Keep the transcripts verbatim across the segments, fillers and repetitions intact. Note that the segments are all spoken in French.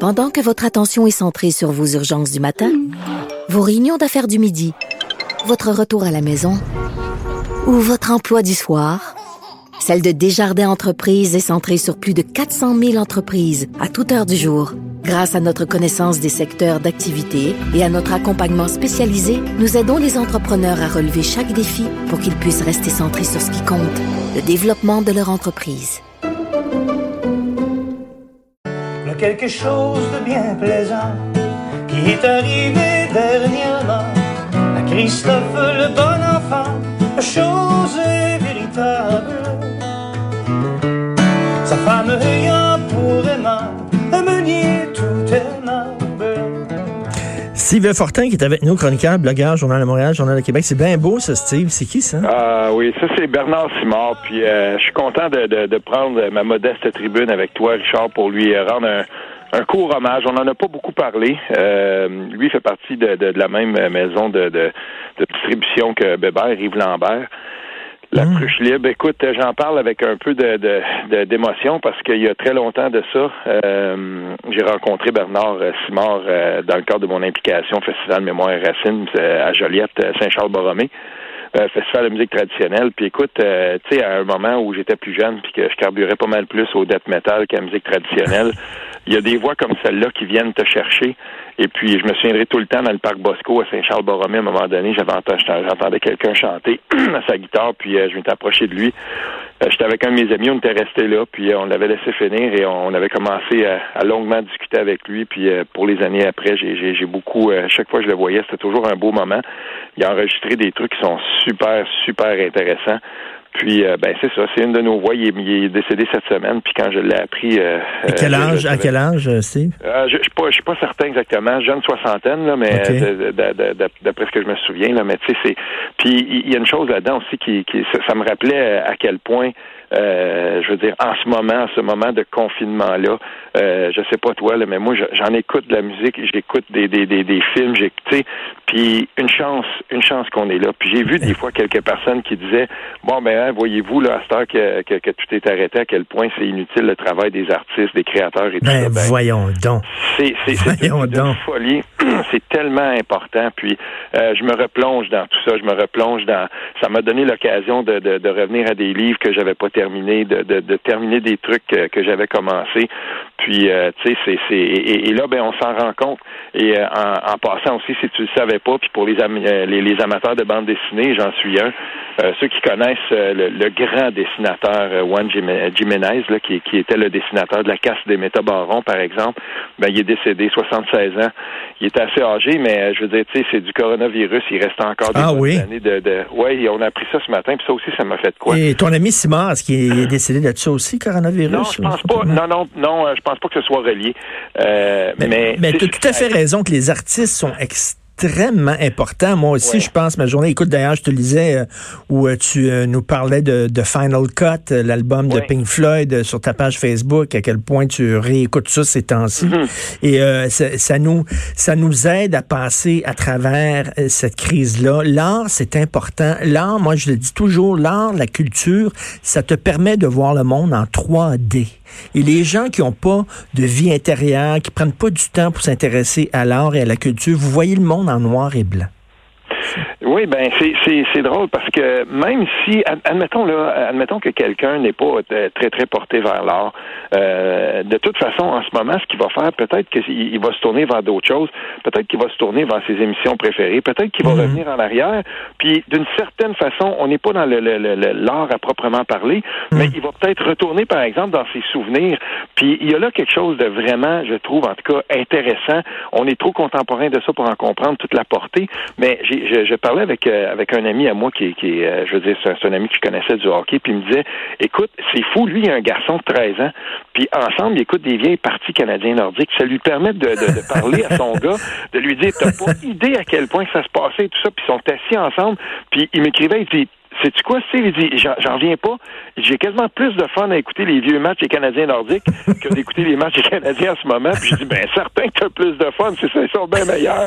Pendant que votre attention est centrée sur vos urgences du matin, vos réunions d'affaires du midi, votre retour à la maison ou votre emploi du soir, celle de Desjardins Entreprises est centrée sur plus de quatre cent mille entreprises à toute heure du jour. Grâce à notre connaissance des secteurs d'activité et à notre accompagnement spécialisé, nous aidons les entrepreneurs à relever chaque défi pour qu'ils puissent rester centrés sur ce qui compte, le développement de leur entreprise. Il y a quelque chose de bien plaisant qui est arrivé dernièrement à Christophe le bon enfant. La chose est véritable. Sa femme ayant pour aimant un meunier tout aimable. Steve Fortin qui est avec nous, chroniqueur, blogueur, Journal de Montréal, Journal de Québec. C'est bien beau ça, Steve. C'est qui ça? Ah oui, ça c'est Bernard Simard. Puis euh, je suis content de, de, de prendre ma modeste tribune avec toi, Richard, pour lui rendre un, un court hommage. On n'en a pas beaucoup parlé. Euh, lui fait partie de, de, de la même maison de, de, de distribution que Bébert, Yves Lambert. La mmh. Cruche libre. Écoute, j'en parle avec un peu de, de, de d'émotion parce qu'il y a très longtemps de ça, euh, j'ai rencontré Bernard Simard euh, dans le cadre de mon implication au Festival Mémoire et Racines euh, à Joliette, Saint-Charles-Borromée, euh, Festival de musique traditionnelle. Puis écoute, euh, tu sais, à un moment où j'étais plus jeune puis que je carburais pas mal plus au death metal qu'à la musique traditionnelle, il y a des voix comme celle-là qui viennent te chercher. Et puis, je me souviendrai tout le temps dans le parc Bosco à Saint-Charles-Borromée, à un moment donné, j'avais entendu, j'entendais quelqu'un chanter à sa guitare, puis euh, je m'étais approché de lui. Euh, j'étais avec un de mes amis, on était restés là, puis euh, on l'avait laissé finir et on avait commencé à, à longuement discuter avec lui. Puis euh, pour les années après, j'ai, j'ai, j'ai beaucoup, euh, chaque fois que je le voyais, c'était toujours un beau moment. Il a enregistré des trucs qui sont super, super intéressants. Puis, euh, ben c'est ça, c'est une de nos voix. Il est, il est décédé cette semaine. Puis quand je l'ai appris... Euh, à quel âge, je, à quel âge, Steve? Euh, je ne suis pas, je suis pas certain exactement. Jeune soixantaine, là, mais okay. de, de, de, de, d'après ce que je me souviens, là, mais tu sais, c'est... Puis il y a une chose là-dedans aussi qui, qui ça, ça me rappelait à quel point, euh, je veux dire, en ce moment, en ce moment de confinement-là, euh, je sais pas toi, là, mais moi, j'en écoute de la musique, j'écoute des, des, des, des films, j'ai, tu sais, puis une chance, une chance qu'on est là. Puis j'ai vu des fois quelques personnes qui disaient, bon, ben, hein, voyez-vous, là, à cette heure que, que, que tout est arrêté, à quel point c'est inutile le travail des artistes, des créateurs et tout ben, ça. Ben, voyons donc. C'est, c'est, c'est voyons une, une folie. C'est tellement important. Puis euh, je me replonge dans tout ça. Je me replonge dans... Ça m'a donné l'occasion de, de, de revenir à des livres que j'avais pas terminés, de, de, de terminer des trucs que, que j'avais commencé. Puis, euh, tu sais, c'est, c'est et, et là, ben, on s'en rend compte. Et euh, en, en passant aussi, si tu le savais pas, puis pour les, am- les, les amateurs de bande dessinée, j'en suis un. Euh, ceux qui connaissent euh, le, le grand dessinateur euh, Juan Jiménez, là, qui, qui était le dessinateur de La Casse des Métabarons, par exemple, ben, il est décédé, soixante-seize ans. Il est assez âgé, mais je veux dire, tu sais, c'est du coronavirus. Il reste encore des ah, oui? années de, de... Oui, on a appris ça ce matin, puis ça aussi, ça m'a fait quoi. Et ton ami Simard, est-ce qu'il est décédé de ça aussi, coronavirus? Non, je pense pas. Non, non, non, je pense pas que ce soit relié. Euh, mais mais, mais tu as tout à fait raison que les artistes sont extrêmement extrêmement important. Moi aussi, ouais. je pense, ma journée, écoute, d'ailleurs, je te lisais euh, où euh, tu euh, nous parlais de, de Final Cut, euh, l'album ouais. de Pink Floyd, euh, sur ta page Facebook, à quel point tu réécoutes ça ces temps-ci. Mm-hmm. Et euh, ça, ça, nous, ça nous aide à passer à travers euh, cette crise-là. L'art, c'est important. L'art, moi, je le dis toujours, l'art, la culture, ça te permet de voir le monde en trois D. Et les gens qui n'ont pas de vie intérieure, qui prennent pas du temps pour s'intéresser à l'art et à la culture, vous voyez le monde en noir et blanc. Oui, ben c'est c'est c'est drôle parce que même si admettons là, admettons que quelqu'un n'est pas très très porté vers l'art, euh, de toute façon en ce moment, ce qu'il va faire, peut-être qu'il va se tourner vers d'autres choses, peut-être qu'il va se tourner vers ses émissions préférées, peut-être qu'il va mm-hmm. revenir en arrière. Puis d'une certaine façon, on n'est pas dans le, le, le, l'art à proprement parler, mm-hmm. mais il va peut-être retourner par exemple dans ses souvenirs. Puis il y a là quelque chose de vraiment, je trouve en tout cas intéressant. On est trop contemporain de ça pour en comprendre toute la portée, mais j'ai, je, je parlais avec euh, avec un ami à moi qui, qui euh, je veux dire, c'est un, c'est un ami qui connaissait du hockey, puis il me disait, écoute, c'est fou, lui, il a un garçon de treize ans, puis ensemble, il écoute des vieilles parties canadiens nordiques, ça lui permet de, de, de parler à son gars, de lui dire, t'as pas idée à quel point ça se passait et tout ça, puis ils sont assis ensemble, puis il m'écrivait, il dit, sais-tu quoi, Steve? Il dit, j'en, j'en reviens pas. J'ai quasiment plus de fun à écouter les vieux matchs des Canadiens nordiques que d'écouter les matchs des Canadiens en ce moment. Puis je dis, ben, certain que t'as plus de fun. C'est ça, ils sont bien meilleurs.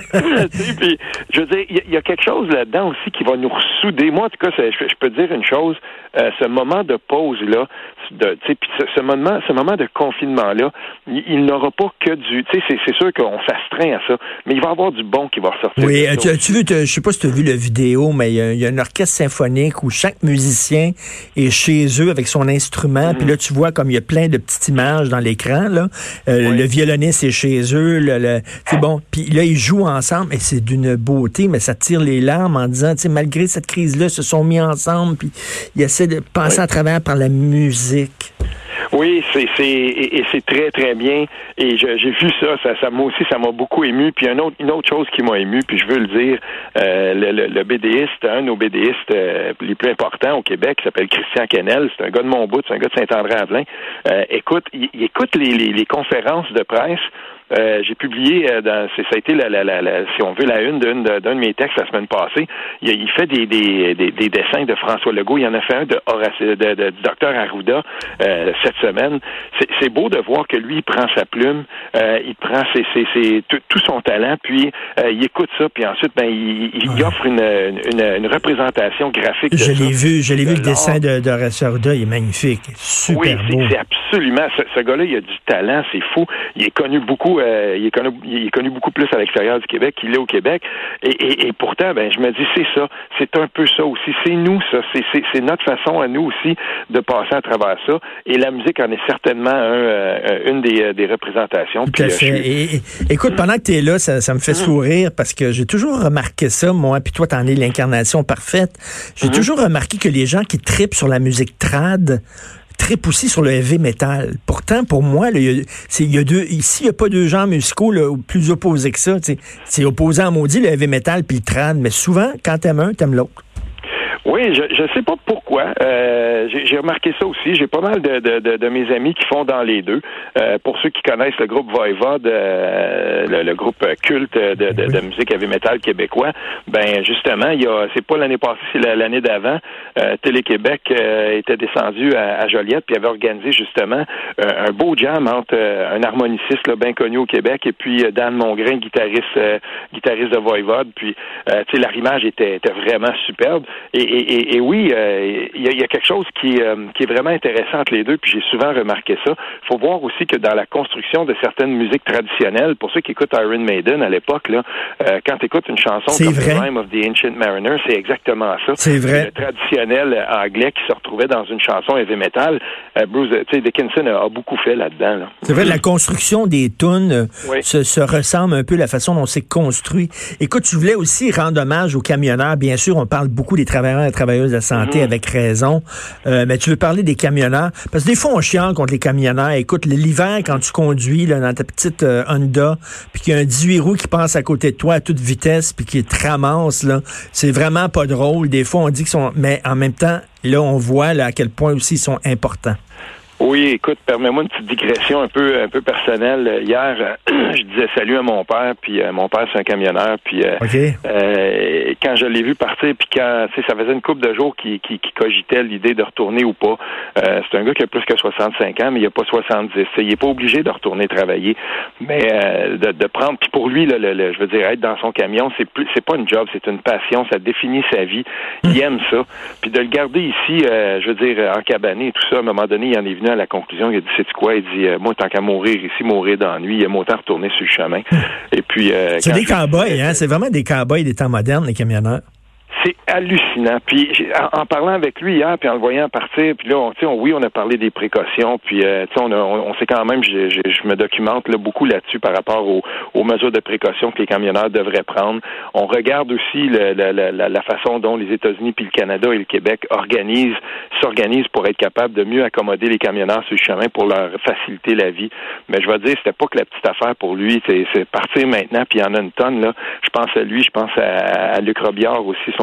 Puis, je veux dire, il y, y a quelque chose là-dedans aussi qui va nous ressouder. Moi, en tout cas, je, je peux te dire une chose. Euh, ce moment de pause-là, de, tu sais, puis ce, ce moment, ce moment de confinement-là, il, il n'aura pas que du, tu sais, c'est, c'est sûr qu'on s'astreint à ça, mais il va y avoir du bon qui va ressortir. Oui, tu, tu veux, je sais pas si tu as vu la vidéo, mais il y, a, il y a un orchestre symphonique où chaque musicien est chez eux avec son instrument, mm-hmm. puis là, tu vois comme il y a plein de petites images dans l'écran, là. Euh, oui. Le violoniste est chez eux, le, le, c'est bon, puis là, ils jouent ensemble, et c'est d'une beauté, mais ça tire les larmes en disant, tu sais, malgré cette crise-là, ils se sont mis ensemble, puis ils essaient de passer oui. à travers par la musique. Oui, c'est c'est et, et c'est très très bien. Et je, j'ai vu ça, ça, ça moi aussi, ça m'a beaucoup ému. Puis un autre, une autre chose qui m'a ému, puis je veux le dire, euh, le, le, le bédéiste, un de nos bédéistes euh, les plus importants au Québec, qui s'appelle Christian Quesnel, c'est un gars de Montbout, c'est un gars de Saint-André-Avelin. Euh, écoute, il, il écoute les, les, les conférences de presse. Euh, j'ai publié, euh, dans, c'est, ça a été, la, la, la, la, si on veut, la une d'un, d'un de mes textes la semaine passée. Il, il fait des, des, des, des dessins de François Legault. Il en a fait un de, Horace, de, de, de du docteur Arruda euh, cette semaine. C'est, c'est beau de voir que lui, il prend sa plume, euh, il prend ses, ses, ses, tout, tout son talent, puis euh, il écoute ça, puis ensuite, ben, il, il ouais. offre une, une, une représentation graphique. Je de l'ai ça, vu, je l'ai de vu, le dessin de, de Horace Arruda, il est magnifique, super oui, beau. Oui, c'est, c'est absolument, ce, ce gars-là, il a du talent, c'est fou. Il est connu beaucoup. Euh, il, est connu, il est connu beaucoup plus à l'extérieur du Québec qu'il est au Québec. Et, et, et pourtant, ben, je me dis, c'est ça. C'est un peu ça aussi. C'est nous, ça. C'est, c'est, c'est notre façon à nous aussi de passer à travers ça. Et la musique en est certainement un, euh, une des, des représentations. Tout Puis, à fait. Euh, et, et, écoute, pendant que tu es là, ça, ça me fait mm-hmm. sourire parce que j'ai toujours remarqué ça, moi, puis toi, t'en es l'incarnation parfaite. J'ai mm-hmm. toujours remarqué que les gens qui tripent sur la musique trad trippent aussi sur le heavy metal. Pourtant, pour moi, là, il y a, c'est, il y a deux, ici, il n'y a pas deux genres musicaux là, plus opposés que ça. T'sais. C'est opposé à maudit, le heavy metal puis le trad, mais souvent, quand t'aimes un, t'aimes l'autre. Oui, je je sais pas pourquoi. Euh, j'ai, j'ai remarqué ça aussi. J'ai pas mal de, de, de, de mes amis qui font dans les deux. Euh, pour ceux qui connaissent le groupe Voivode, euh, le, le groupe culte de, de, de, de musique heavy metal québécois, ben justement, il y a, c'est pas l'année passée, c'est l'année d'avant. Euh, Télé-Québec euh, était descendu à, à Joliette puis avait organisé justement euh, un beau jam entre euh, un harmoniciste là, bien connu au Québec et puis euh, Dan Mongrain, guitariste euh, guitariste de Voivode. Puis euh, tu sais, l'arrimage était, était vraiment superbe. Et Et, et, et oui, il euh, y, y a quelque chose qui, euh, qui est vraiment intéressant entre les deux, puis j'ai souvent remarqué ça. Il faut voir aussi que dans la construction de certaines musiques traditionnelles, pour ceux qui écoutent Iron Maiden à l'époque, là, euh, quand tu écoutes une chanson c'est comme vrai. The Rime of the Ancient Mariner, c'est exactement ça. C'est vrai. Le traditionnel anglais qui se retrouvait dans une chanson heavy metal, euh, Bruce, tu sais, Dickinson a, a beaucoup fait là-dedans. Là. C'est vrai, la construction des tunes euh, oui. se, se ressemble un peu la façon dont c'est construit. Écoute, tu voulais aussi rendre hommage aux camionneurs. Bien sûr, on parle beaucoup des travailleurs et travailleuses de la santé mmh. avec raison. Euh, mais tu veux parler des camionneurs? Parce que des fois, on chiale contre les camionneurs. Écoute, l'hiver, quand tu conduis là, dans ta petite euh, Honda, puis qu'il y a un dix-huit roues qui passe à côté de toi à toute vitesse, puis qui te ramasse, là, c'est vraiment pas drôle. Des fois, on dit qu'ils sont... Mais en même temps, là, on voit là, à quel point aussi ils sont importants. Oui, écoute, permets-moi une petite digression un peu un peu personnelle. Hier, euh, je disais salut à mon père, puis euh, mon père c'est un camionneur, puis euh, okay. euh, quand je l'ai vu partir, puis quand tu sais, ça faisait une couple de jours qu'il qui, qui cogitait l'idée de retourner ou pas. Euh, c'est un gars qui a plus que soixante-cinq ans, mais il a pas soixante-dix. Il est pas obligé de retourner travailler, mais euh, de, de prendre. Puis pour lui, là, le, le, je veux dire, être dans son camion, c'est plus, c'est pas une job, c'est une passion. Ça définit sa vie. Il aime ça. Puis de le garder ici, euh, je veux dire, en cabané et tout ça. À un moment donné, il en est venu à la conclusion, il a dit, sais-tu quoi? Il dit, euh, moi, tant qu'à mourir ici, mourir d'ennui, il aime autant retourner sur le chemin. Et puis... Euh, c'est des cow-boys, hein? C'est vraiment des cow-boys des temps modernes, les camionneurs. C'est hallucinant. Puis en, en parlant avec lui hier, puis en le voyant partir, puis là, on, on, oui, on a parlé des précautions, puis euh, on, a, on, on sait quand même, je, je, je me documente là, beaucoup là-dessus par rapport aux, aux mesures de précaution que les camionneurs devraient prendre. On regarde aussi le, la, la, la façon dont les États-Unis, puis le Canada et le Québec organisent, s'organisent pour être capables de mieux accommoder les camionneurs sur le chemin pour leur faciliter la vie. Mais je vais dire, c'était pas que la petite affaire pour lui, c'est, c'est partir maintenant, puis il y en a une tonne, là. Je pense à lui, je pense à, à Luc Robillard aussi, son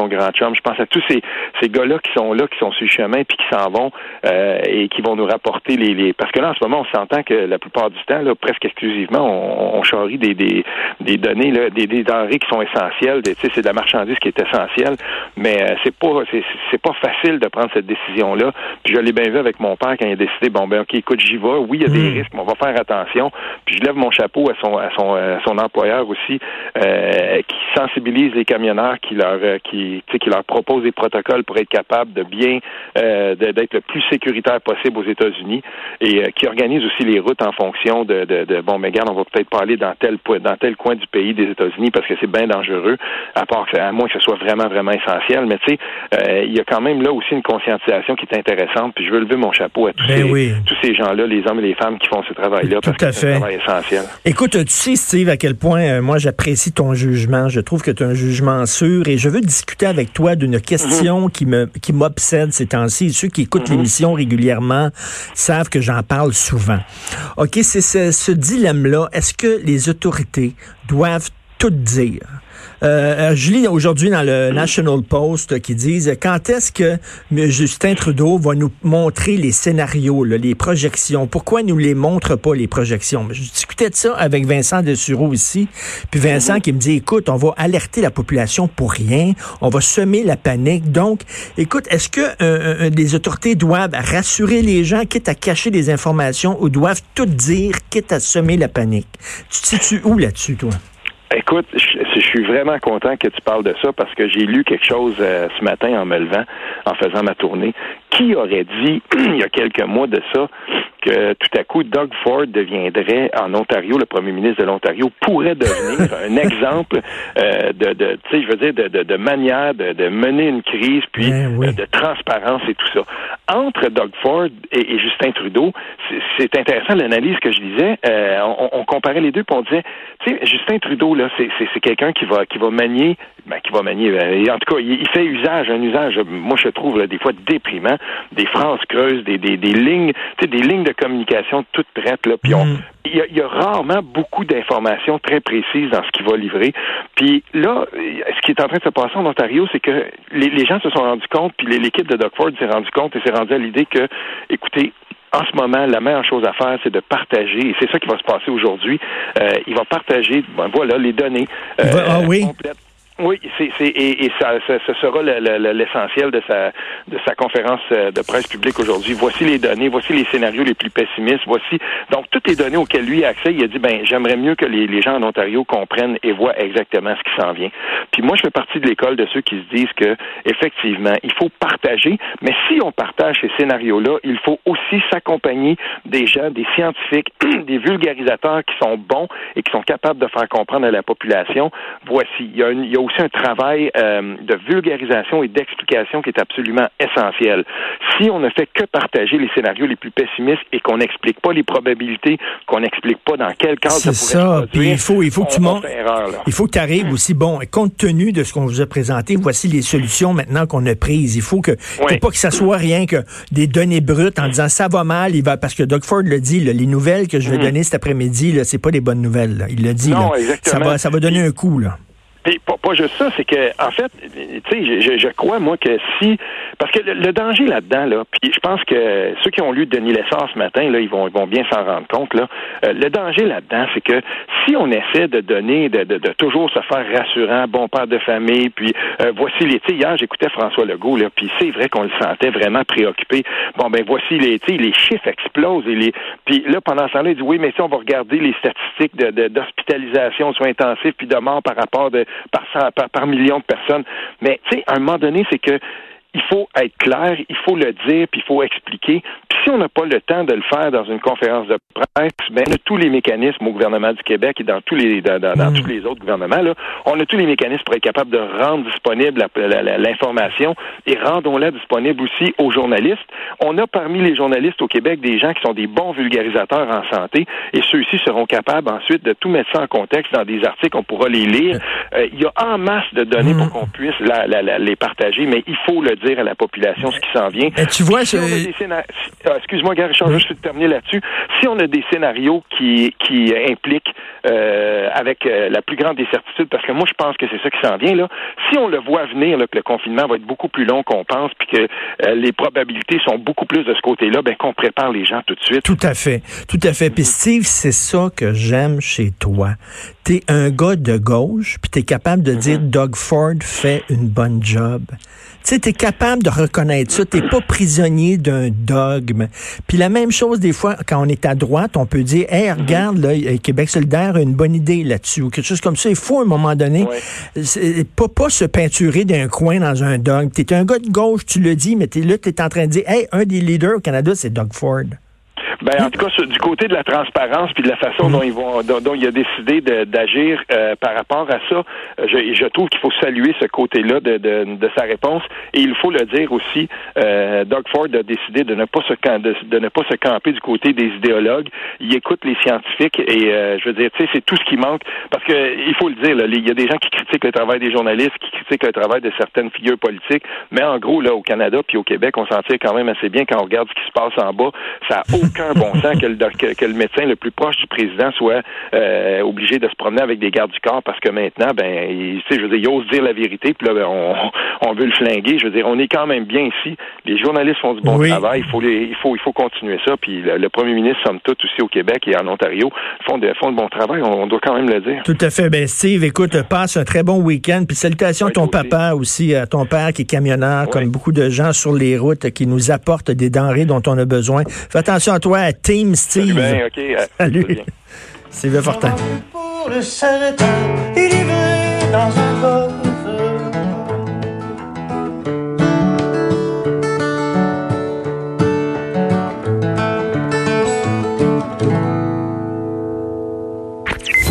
grand chum. Je pense à tous ces, ces gars-là qui sont là, qui sont sur le chemin, puis qui s'en vont euh, et qui vont nous rapporter les, les... Parce que là, en ce moment, on s'entend que la plupart du temps, là, presque exclusivement, on, on charrie des, des, des données, là, des, des denrées qui sont essentielles. Tu sais, c'est de la marchandise qui est essentielle, mais euh, c'est pas c'est, c'est pas facile de prendre cette décision-là. Puis je l'ai bien vu avec mon père quand il a décidé, bon, ben ok, écoute, j'y vais. Oui, il y a des mmh. risques, mais on va faire attention. Puis je lève mon chapeau à son à son, à son employeur aussi, euh, qui sensibilise les camionneurs, qui leur euh, qui tu sais, qui leur propose des protocoles pour être capable de bien euh, de, d'être le plus sécuritaire possible aux États-Unis, et euh, qui organise aussi les routes en fonction de, de, de bon, mais regarde, on va peut-être pas aller dans tel dans tel coin du pays des États-Unis parce que c'est bien dangereux, à part que, à moins que ce soit vraiment vraiment essentiel. Mais tu sais, euh, il y a quand même là aussi une conscientisation qui est intéressante. Puis je veux lever mon chapeau à tous ben ces oui. tous ces gens-là, les hommes et les femmes qui font ce travail-là, Tout parce que c'est un travail essentiel. Écoute, tu sais, Steve, à quel point euh, moi j'apprécie ton jugement. Je trouve que tu as un jugement sûr, et je veux discuter avec toi d'une question mm-hmm. qui me qui m'obsède ces temps-ci. Et ceux qui écoutent mm-hmm. l'émission régulièrement savent que j'en parle souvent. OK, c'est ce, ce dilemme-là. Est-ce que les autorités doivent tout dire? Euh, je lis aujourd'hui dans le National Post qui disent quand est-ce que Justin Trudeau va nous montrer les scénarios, là, les projections. Pourquoi il nous les montre pas, les projections? Je discutais de ça avec Vincent Dessureau ici, puis Vincent mm-hmm. qui me dit, écoute, on va alerter la population pour rien, on va semer la panique. Donc, écoute, est-ce que euh, euh, les autorités doivent rassurer les gens, quitte à cacher des informations, ou doivent tout dire, quitte à semer la panique? Tu te situes où là-dessus, toi? Écoute, je, je suis vraiment content que tu parles de ça parce que j'ai lu quelque chose euh, ce matin en me levant, en faisant ma tournée. Qui aurait dit, il y a quelques mois de ça, que tout à coup, Doug Ford deviendrait, en Ontario, le premier ministre de l'Ontario, pourrait devenir un exemple euh, de, de tu sais, je veux dire, de, de, de manière de, de mener une crise, puis ben oui. euh, de transparence et tout ça. Entre Doug Ford et, et Justin Trudeau, c'est, c'est intéressant l'analyse que je disais. Euh, on, on comparait les deux, puis on disait, tu sais, Justin Trudeau, là, c'est, c'est, c'est quelqu'un qui va, qui va manier, ben, qui va manier, ben, en tout cas, il, il fait usage, un usage, moi, je trouve, là, des fois déprimant, des phrases creuses, des, des, des lignes, tu sais, des lignes de communication toutes prêtes, là, puis on, mm. il y a, il y a rarement beaucoup d'informations très précises dans ce qu'il va livrer. Puis là, ce qui est en train de se passer en Ontario, c'est que les, les gens se sont rendus compte, puis l'équipe de Doug Ford s'est rendu compte et s'est rendu à l'idée que, écoutez, en ce moment, la meilleure chose à faire, c'est de partager, et c'est ça qui va se passer aujourd'hui. Euh, il va partager, ben, voilà, les données euh, ah, oui. complètes. Oui, c'est, c'est et, et ça, ça, ça sera le, le, l'essentiel de sa de sa conférence de presse publique aujourd'hui. Voici les données, voici les scénarios les plus pessimistes, voici donc toutes les données auxquelles lui a accès. Il a dit ben j'aimerais mieux que les, les gens en Ontario comprennent et voient exactement ce qui s'en vient. Puis moi je fais partie de l'école de ceux qui se disent que effectivement il faut partager, mais si on partage ces scénarios-là, il faut aussi s'accompagner des gens, des scientifiques, des vulgarisateurs qui sont bons et qui sont capables de faire comprendre à la population. Voici, il y a, une, il y a aussi un travail euh, de vulgarisation et d'explication qui est absolument essentiel. Si on ne fait que partager les scénarios les plus pessimistes et qu'on n'explique pas les probabilités, qu'on n'explique pas dans quel cadre ça pourrait ça. se produire, puis il faut, il faut que tu montes, erreur, il faut que tu arrives aussi, bon, compte tenu de ce qu'on vous a présenté, voici les solutions maintenant qu'on a prises. Il faut que, oui. faut pas que ça soit rien que des données brutes en disant ça va mal, il va, parce que Doug Ford le dit, là, les nouvelles que je vais mm-hmm. donner cet après-midi, là, c'est pas des bonnes nouvelles, là. Il le dit, non, là. Ça va, ça va donner un coup, là. Et pas, pas juste ça, c'est que, en fait, tu sais, je, je crois, moi, que si... Parce que le, le danger là-dedans, là, puis je pense que ceux qui ont lu Denis Lessard ce matin, là, ils vont, ils vont bien s'en rendre compte, là. Euh, le danger là-dedans, c'est que si on essaie de donner, de, de, de toujours se faire rassurant, bon père de famille, puis euh, voici les... Tu sais, hier, j'écoutais François Legault, là, puis c'est vrai qu'on le sentait vraiment préoccupé. Bon, ben voici les... Tu sais, les chiffres explosent, et les... Puis là, pendant ce temps-là, il dit, oui, mais si on va regarder les statistiques de, de, d'hospitalisation, soins intensifs, puis de mort par rapport de Par, par, par million de personnes. Mais, tu sais, à un moment donné, c'est que il faut être clair, il faut le dire, puis il faut expliquer. Puis si on n'a pas le temps de le faire dans une conférence de presse, ben on a tous les mécanismes au gouvernement du Québec et dans tous les dans, dans, dans mmh. tous les autres gouvernements, là, on a tous les mécanismes pour être capable de rendre disponible la, la, la, l'information, et rendons-la disponible aussi aux journalistes. On a parmi les journalistes au Québec des gens qui sont des bons vulgarisateurs en santé, et ceux-ci seront capables ensuite de tout mettre ça en contexte dans des articles, on pourra les lire. Euh, il y a en masse de données mmh. pour qu'on puisse la, la, la, les partager, mais il faut le dire à la population ce qui s'en vient. Et tu vois, si je... on a des scénar... ah, excuse-moi, Gary Richard, oui. juste de terminer là-dessus. Si on a des scénarios qui qui impliquent euh, avec euh, la plus grande des certitudes, parce que moi je pense que c'est ça qui s'en vient là. Si on le voit venir, là, que le confinement va être beaucoup plus long qu'on pense, puis que euh, les probabilités sont beaucoup plus de ce côté-là, ben qu'on prépare les gens tout de suite. Tout à fait, tout à fait. Puis Steve, c'est ça que j'aime chez toi. T'es un gars de gauche, puis t'es capable de dire mm-hmm. Doug Ford fait une bonne job. Tu sais, t'es capable de reconnaître ça. T'es pas prisonnier d'un dogme. Puis la même chose, des fois, quand on est à droite, on peut dire, hey, regarde, là, Québec solidaire a une bonne idée là-dessus, ou quelque chose comme ça. Il faut, à un moment donné, ouais. pas, pas se peinturer d'un coin dans un dogme. T'es un gars de gauche, tu le dis, mais t'es là, t'es en train de dire, hey, un des leaders au Canada, c'est Doug Ford. Ben, en tout cas, sur, du côté de la transparence puis de la façon mmh. dont ils vont, dont, dont il a décidé de, d'agir euh, par rapport à ça, je, je trouve qu'il faut saluer ce côté-là de, de, de sa réponse. Et il faut le dire aussi, euh, Doug Ford a décidé de ne pas se de, de ne pas se camper du côté des idéologues. Il écoute les scientifiques et euh, je veux dire, tu sais, c'est tout ce qui manque. Parce que il faut le dire, là, il y a des gens qui critiquent le travail des journalistes, qui critiquent le travail de certaines figures politiques, mais en gros, là, au Canada puis au Québec, on s'en tire quand même assez bien quand on regarde ce qui se passe en bas. Ça n'a aucun bon sens que le, que, que le médecin le plus proche du président soit euh, obligé de se promener avec des gardes du corps parce que maintenant, ben, il, je veux dire, il ose dire la vérité, puis là, ben, on, on veut le flinguer. Je veux dire, on est quand même bien ici. Les journalistes font du bon oui. travail. Il faut, les, il faut, il faut continuer ça. Puis le, le premier ministre, somme toute, aussi au Québec et en Ontario, font de, font de bon travail. On, on doit quand même le dire. Tout à fait. Ben, Steve, écoute, passe un très bon week-end. Puis salutations oui, à ton papa aussi, à ton père qui est camionneur, oui. comme beaucoup de gens sur les routes qui nous apportent des denrées dont on a besoin. Fais attention à toi, à Team Steve. Salut, ben, okay. Salut. Steve Fortin. Pour le serviteur, il est